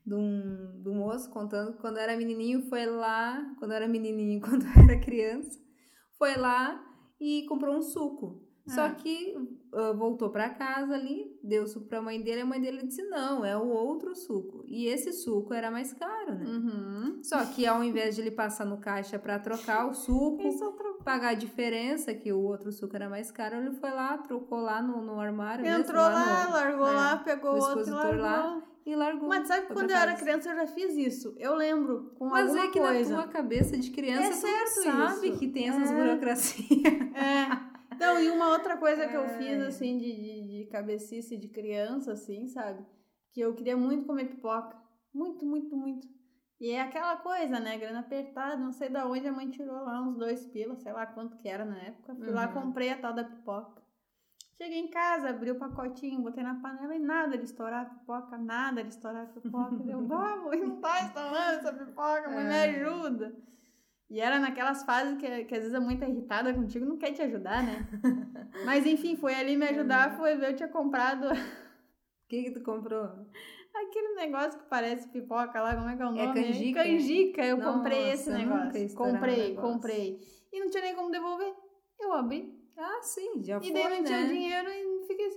do moço contando que quando era menininho, quando era criança, foi lá e comprou um suco. Só que voltou pra casa ali, deu o suco pra mãe dele, a mãe dele disse, não, é o outro suco. E esse suco era mais caro, né? Só que ao invés de ele passar no caixa pra trocar o suco, pagar a diferença, que o outro suco era mais caro, ele foi lá, trocou lá no armário.
Entrou lá, largou lá, pegou o outro
e largou.
Mas sabe que quando eu era criança eu já fiz isso? Eu lembro com alguma coisa. Mas é que
na tua cabeça de criança tu sabe que tem essas burocracias.
Então, e uma outra coisa que eu fiz, assim, de cabecice de criança, assim, sabe? Que eu queria muito comer pipoca. Muito, muito, muito. E é aquela coisa, né? Grana apertada, não sei de onde a mãe tirou lá uns 2 pila, sei lá quanto que era na época. Fui lá, comprei a tal da pipoca. Cheguei em casa, abri o pacotinho, botei na panela e nada de estourar a pipoca, nada de estourar a pipoca. Deu, vamos, não tá estourando essa pipoca, mãe, me ajuda. E era naquelas fases que às vezes é muito irritada contigo, não quer te ajudar, né? Mas enfim, foi ali me ajudar, foi ver, eu tinha comprado... O
que tu comprou?
Aquele negócio que parece pipoca lá, como é que é o nome?
É canjica?
Canjica, eu comprei esse negócio. Comprei. E não tinha nem como devolver. Eu abri.
Ah, sim, já foi,
e daí não tinha
né?
dinheiro e fiquei sem pipoca.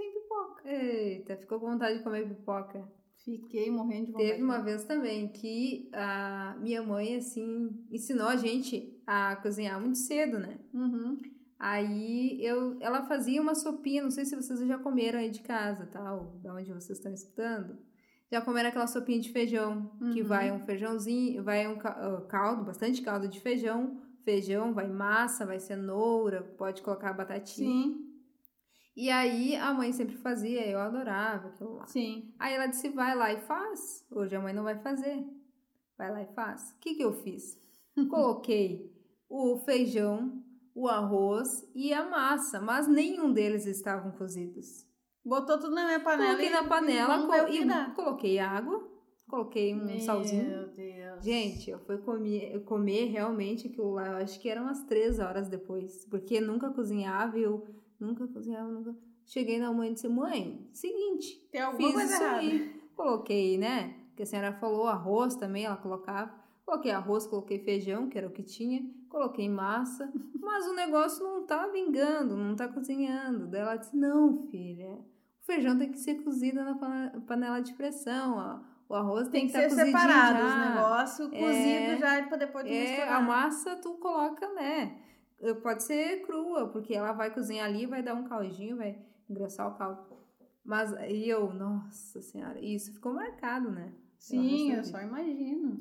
pipoca.
Eita, ficou com vontade de comer pipoca.
Fiquei morrendo de vontade.
Teve uma vez também que a minha mãe, assim, ensinou a gente a cozinhar muito cedo, né?
Uhum.
Aí ela fazia uma sopinha, não sei se vocês já comeram aí de casa, tal, da onde vocês estão escutando. Já comeram aquela sopinha de feijão, que vai um feijãozinho, vai um caldo, bastante caldo de feijão, vai massa, vai cenoura, pode colocar batatinha.
Sim.
E aí a mãe sempre fazia, eu adorava aquilo lá.
Sim.
Aí ela disse, vai lá e faz. Hoje a mãe não vai fazer. Vai lá e faz. O que eu fiz? Coloquei o feijão, o arroz e a massa, mas nenhum deles estavam cozidos.
Botou tudo na minha panela.
Coloquei na panela e coloquei água, coloquei um salzinho.
Meu Deus.
Gente, eu fui comer realmente aquilo lá, eu acho que eram umas 3 horas depois, porque nunca cozinhava, nunca. Cheguei na mãe e disse, mãe, seguinte,
tem alguma
fiz
coisa
isso
errada.
aí. Coloquei, né, que a senhora falou, arroz também, ela colocava. Coloquei arroz, coloquei feijão, que era o que tinha, coloquei massa, mas o negócio não tá vingando, não tá cozinhando. Daí ela disse, não, filha, o feijão tem que ser cozido na panela de pressão, ó. O arroz tem que ser
separado,
já.
Os negócios cozidos já pra depois misturar.
A massa tu coloca, né? Pode ser crua, porque ela vai cozinhar ali, vai dar um caldinho, vai engrossar o caldo. Mas nossa senhora, isso ficou marcado, né?
Sim, eu só imagino.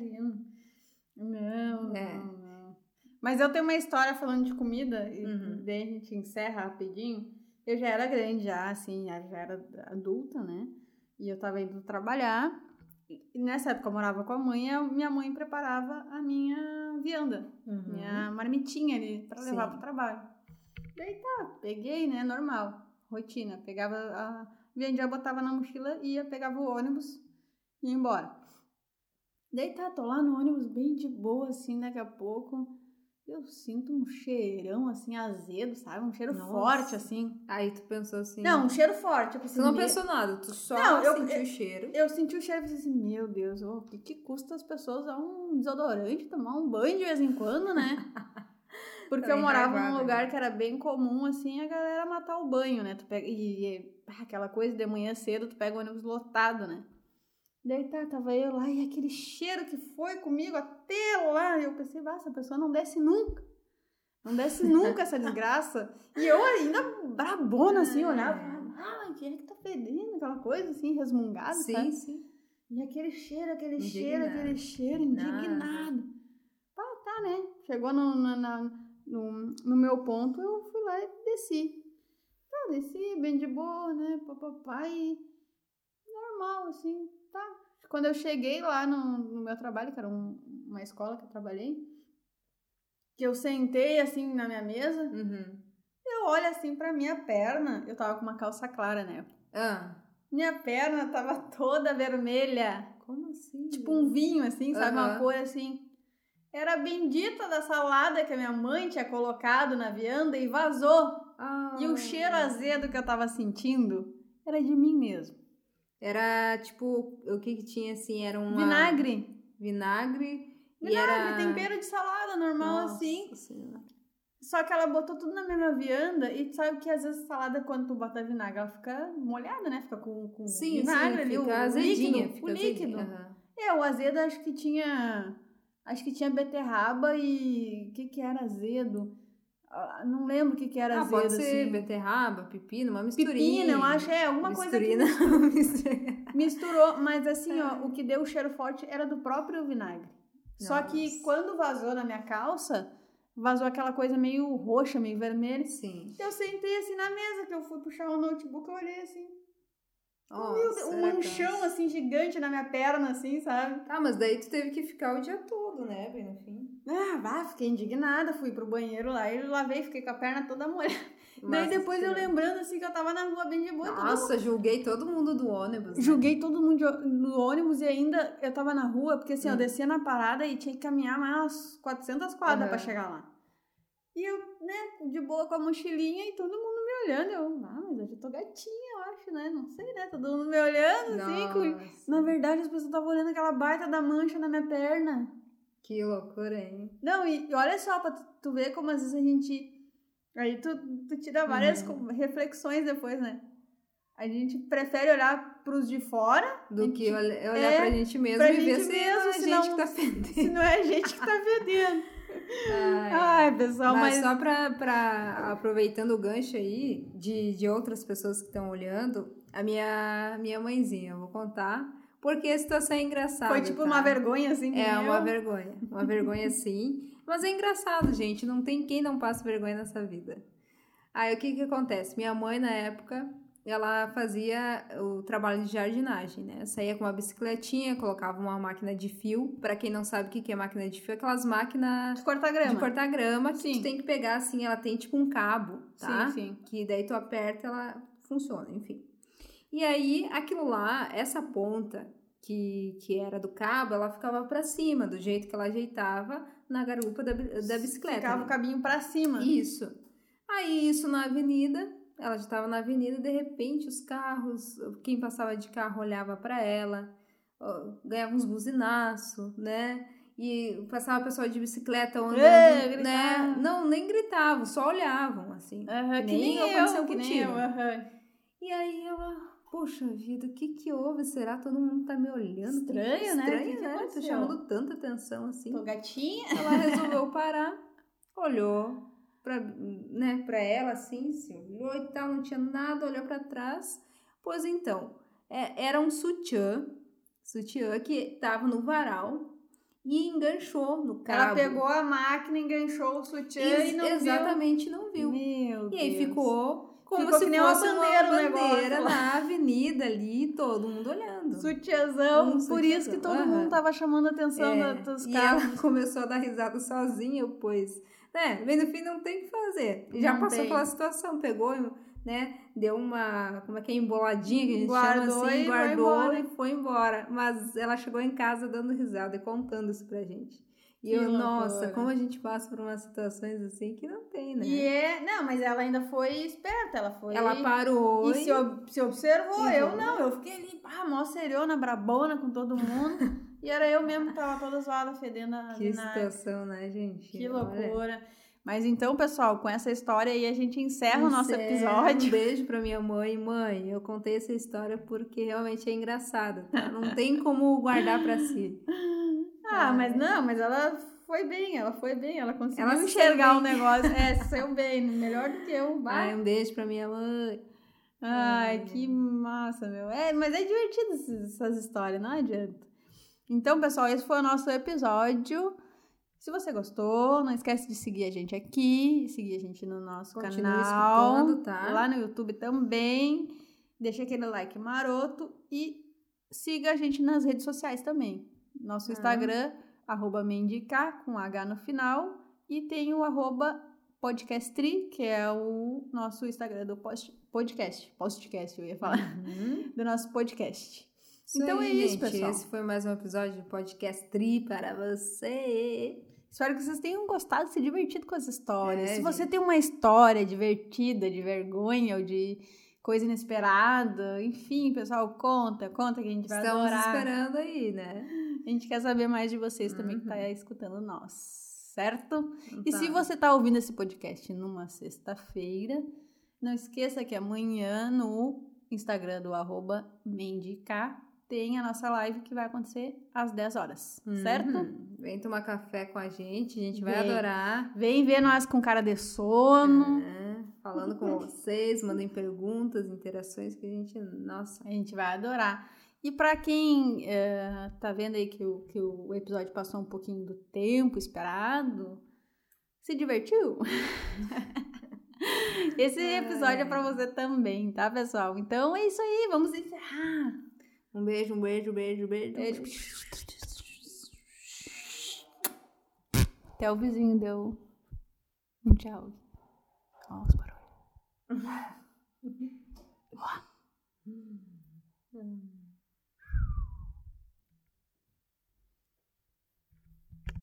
Não. Mas eu tenho uma história falando de comida, e daí a gente encerra rapidinho. Eu já era grande, já era adulta, né? E eu tava indo trabalhar. E nessa época eu morava com a mãe, e minha mãe preparava a minha vianda, minha marmitinha ali, pra levar pro trabalho. Daí tá, peguei, né? Normal, rotina. Pegava a vianda, botava na mochila, pegava o ônibus e ia embora. Daí tá, tô lá no ônibus bem de boa, assim, daqui a pouco eu sinto um cheirão, assim, azedo, sabe? Um cheiro forte, assim.
Aí tu pensou assim...
Não, um cheiro forte. Tipo, assim,
tu não pensou nada, tu só sentiu o cheiro.
Eu senti o cheiro e pensei assim, meu Deus, o que custa as pessoas usar um desodorante, tomar um banho de vez em quando, né? Porque eu morava num lugar que era bem comum, assim, a galera matar o banho, né? Tu pega, aquela coisa de manhã cedo, tu pega o ônibus lotado, né? Daí tava eu lá e aquele cheiro que foi comigo até lá. Eu pensei, essa pessoa não desce nunca. Não desce nunca essa desgraça. E eu ainda brabona, assim, olhava. Quem é que tá fedendo? Aquela coisa, assim, resmungada, sabe?
Sim.
E aquele cheiro, indignado. Tá, né? Chegou no meu ponto, eu fui lá e desci. Desci, bem de boa, né? Papai. Normal, assim, tá. Quando eu cheguei lá no meu trabalho, que era uma escola que eu trabalhei, que eu sentei, assim, na minha mesa, eu olho, assim, pra minha perna, eu tava com uma calça clara, né? Minha perna tava toda vermelha.
Como assim?
Tipo um vinho, assim, sabe? Uma cor, assim. Era a bendita da salada que a minha mãe tinha colocado na vianda e vazou. E o cheiro azedo que eu tava sentindo era de mim mesmo.
Era, tipo, o que tinha, assim, era uma...
Vinagre,
e era...
tempero de salada normal,
Nossa
assim.
Senhora.
Só que ela botou tudo na mesma vianda e tu sabe que às vezes salada, quando tu bota vinagre, ela fica molhada, né? Fica com vinagre ali,
fica azedinha, fica
o líquido. O azedo acho que tinha beterraba e... O que era azedo? Não lembro o que era azedo,
pode ser
assim.
Beterraba, pepino, uma misturinha.
Pepino, eu acho, alguma coisa que misturou, mas assim, o que deu o cheiro forte era do próprio vinagre. Nossa. Só que quando vazou na minha calça, vazou aquela coisa meio roxa, meio vermelha.
Sim.
Eu sentei assim na mesa, que eu fui puxar o notebook, eu olhei assim.
Nossa,
um manchão assim gigante na minha perna, assim, sabe?
Mas daí tu teve que ficar o dia todo, né, bem no fim.
Fiquei indignada, fui pro banheiro lá e lavei, fiquei com a perna toda molhada. Daí depois eu lembrando assim que eu tava na rua bem de boa.
Nossa, julguei todo mundo do ônibus. Né?
Julguei todo mundo no ônibus e ainda eu tava na rua, porque assim, eu descia na parada e tinha que caminhar mais umas 400 quadras pra chegar lá. E eu, né, de boa com a mochilinha e todo mundo me olhando. Eu, mas eu já tô gatinha, eu acho, né? Não sei, né? Todo mundo me olhando, assim. Na verdade, as pessoas estavam olhando aquela baita da mancha na minha perna.
Que loucura, hein?
Não, e olha só, pra tu ver como às vezes a gente... Aí tu tira várias reflexões depois, né? A gente prefere olhar pros de fora
do que olhar pra gente mesmo e ver se é a gente que tá fedendo.
Se não é a gente que tá fedendo. Ai, pessoal,
mas só pra aproveitando o gancho aí de outras pessoas que estão olhando, a minha mãezinha, eu vou contar, porque a situação é engraçada.
Foi tipo uma vergonha, assim?
Uma vergonha sim, mas é engraçado, gente, não tem quem não passe vergonha nessa vida. Aí o que acontece? Minha mãe, na época, ela fazia o trabalho de jardinagem, né? Saía com uma bicicletinha, colocava uma máquina de fio. Pra quem não sabe o que é máquina de fio, aquelas máquinas...
De cortar grama.
De cortar grama, que tu tem que pegar, assim, ela tem tipo um cabo, tá?
Sim.
Que daí tu aperta, ela funciona, enfim. E aí, aquilo lá, essa ponta que era do cabo, ela ficava pra cima, do jeito que ela ajeitava na garupa da bicicleta.
Ficava o cabinho pra cima.
Isso. Aí, isso na avenida... Ela já estava na avenida, de repente os carros, quem passava de carro olhava para ela, ganhava uns buzinaços, né? E passava pessoal de bicicleta andando, né? Não, nem gritavam, só olhavam, assim.
Que nem aconteceu
contigo.
Nem eu.
E aí ela, poxa vida, o que houve? Será? Todo mundo tá me olhando?
Estranho, né?
Estranho, né? Tô chamando tanta atenção, assim.
Tô gatinha.
Ela resolveu parar, olhou pra ela, assim, se olhou e tal, não tinha nada, olhou pra trás. Pois então, era um sutiã que tava no varal e enganchou no cabo.
Ela pegou a máquina, enganchou o sutiã e não
exatamente, não viu.
Meu
Deus. E aí ficou como
ficou
se
que nem
fosse
uma bandeira
negócio, na avenida ali, todo mundo olhando.
Sutiãzão, por isso que todo mundo tava chamando a atenção dos carros.
E ela começou a dar risada sozinha, pois... Mas no fim não tem o que fazer. Já passou pela situação, pegou, né? Deu uma, como é que é, emboladinha, que a gente chama assim, guardou e foi embora. Mas ela chegou em casa dando risada e contando isso pra gente. E nossa, como a gente passa por umas situações assim que não tem, né?
Não, mas ela ainda foi esperta,
ela parou
e se observou. Eu fiquei ali, mó seriona, brabona com todo mundo. E era eu mesmo que tava toda zoada, fedendo a
Que situação, né, gente?
Que loucura. Olha. Mas então, pessoal, com essa história aí a gente encerra o nosso episódio.
Um beijo pra minha mãe. Mãe, eu contei essa história porque realmente é engraçada, tá? Não tem como guardar pra si.
Mas ela foi bem, ela conseguiu enxergar o negócio. Saiu bem, melhor do que eu.
Um beijo pra minha mãe.
Que massa, meu. Mas é divertido essas histórias, não adianta. Então, pessoal, esse foi o nosso episódio. Se você gostou, não esquece de seguir a gente aqui, seguir a gente no nosso canal,
escutando, tá?
Lá no YouTube também. Deixa aquele like maroto e siga a gente nas redes sociais também. Nosso Instagram, @mendicá, com H no final. E tem o @podcastri, que é o nosso Instagram do podcast, eu ia falar, do nosso podcast.
Então é isso, pessoal. Esse foi mais um episódio de Podcast Tri para você.
Espero que vocês tenham gostado, se divertido com as histórias. Se você tem uma história divertida, de vergonha ou de coisa inesperada, enfim, pessoal, conta que a gente vai adorar.
Estamos esperando aí, né?
A gente quer saber mais de vocês também que tá escutando nós, certo? E se você tá ouvindo esse podcast numa sexta-feira, não esqueça que amanhã no Instagram do @mendicá tem a nossa live que vai acontecer às 10 horas, certo?
Vem tomar café com a gente vai adorar.
Vem ver nós com cara de sono.
Falando com vocês, mandem perguntas, interações que a gente vai
adorar. E pra quem tá vendo aí que o episódio passou um pouquinho do tempo esperado, se divertiu? Esse episódio é pra você também, tá, pessoal? Então é isso aí, vamos encerrar.
Um beijo.
Até o vizinho deu um tchau. Olha os barulhos.